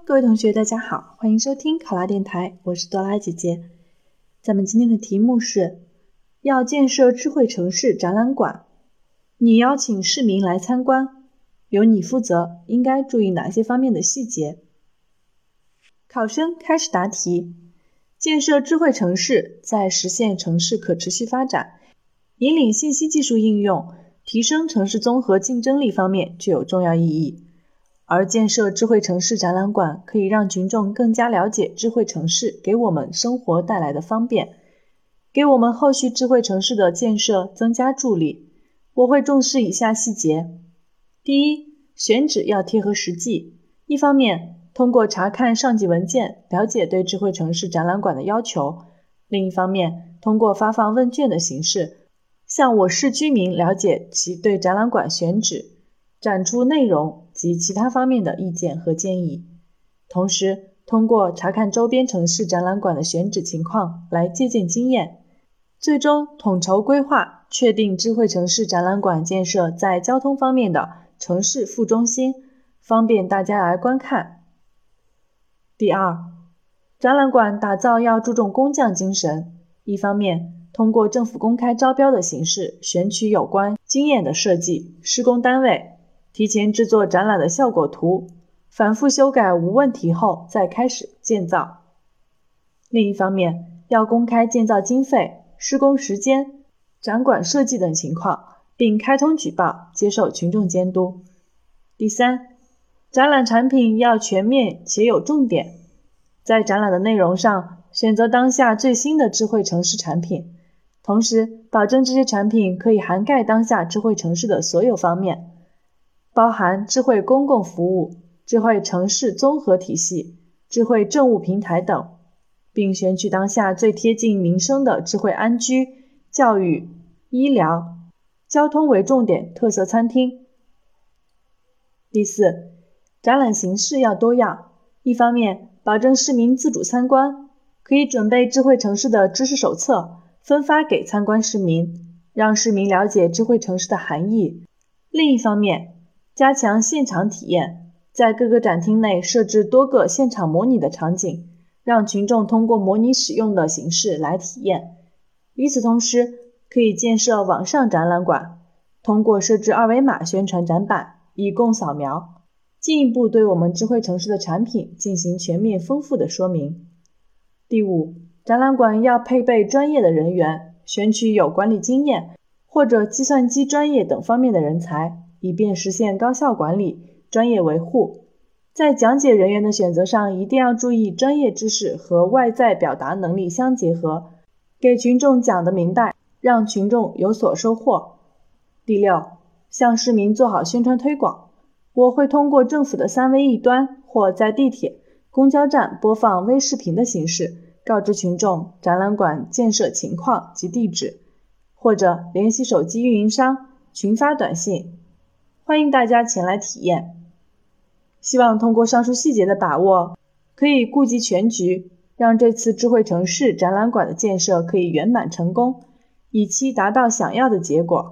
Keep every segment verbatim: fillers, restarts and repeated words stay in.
各位同学大家好，欢迎收听考拉电台，我是多拉姐姐。咱们今天的题目是要建设智慧城市展览馆，你邀请市民来参观，由你负责，应该注意哪些方面的细节？考生开始答题。建设智慧城市在实现城市可持续发展，引领信息技术应用，提升城市综合竞争力方面具有重要意义。而建设智慧城市展览馆可以让群众更加了解智慧城市给我们生活带来的方便，给我们后续智慧城市的建设增加助力。我会重视以下细节。第一，选址要贴合实际。一方面，通过查看上级文件，了解对智慧城市展览馆的要求；另一方面，通过发放问卷的形式，向我市居民了解其对展览馆选址、展出内容及其他方面的意见和建议。同时，通过查看周边城市展览馆的选址情况来借鉴经验，最终统筹规划，确定智慧城市展览馆建设在交通方面的城市副中心，方便大家来观看。第二，展览馆打造要注重工匠精神。一方面，通过政府公开招标的形式，选取有关经验的设计、施工单位，提前制作展览的效果图，反复修改无问题后再开始建造。另一方面，要公开建造经费、施工时间、展馆设计等情况，并开通举报，接受群众监督。第三，展览产品要全面且有重点，在展览的内容上选择当下最新的智慧城市产品，同时保证这些产品可以涵盖当下智慧城市的所有方面，包含智慧公共服务、智慧城市综合体系、智慧政务平台等，并选取当下最贴近民生的智慧安居、教育、医疗、交通为重点特色餐厅。第四，展览形式要多样，一方面保证市民自主参观，可以准备智慧城市的知识手册，分发给参观市民，让市民了解智慧城市的含义；另一方面，加强现场体验，在各个展厅内设置多个现场模拟的场景，让群众通过模拟使用的形式来体验。与此同时，可以建设网上展览馆，通过设置二维码宣传展板，以供扫描，进一步对我们智慧城市的产品进行全面丰富的说明。第五，展览馆要配备专业的人员，选取有管理经验或者计算机专业等方面的人才，以便实现高效管理、专业维护。在讲解人员的选择上，一定要注意专业知识和外在表达能力相结合，给群众讲得明白，让群众有所收获。第六，向市民做好宣传推广。我会通过政府的三微一端或在地铁、公交站播放微视频的形式，告知群众展览馆建设情况及地址，或者联系手机运营商群发短信，欢迎大家前来体验。希望通过上述细节的把握，可以顾及全局，让这次智慧城市展览馆的建设可以圆满成功，以期达到想要的结果。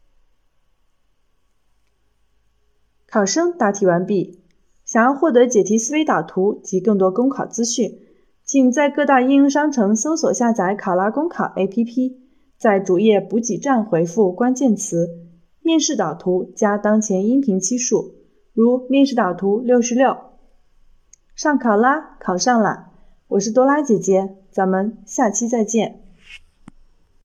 考生答题完毕。想要获得解题思维导图及更多公考资讯，请在各大应用商城搜索下载考拉公考 A P P， 在主页补给站回复关键词面试导图加当前音频期数，如面试导图六十六。上考拉，考上了！我是多拉姐姐，咱们下期再见。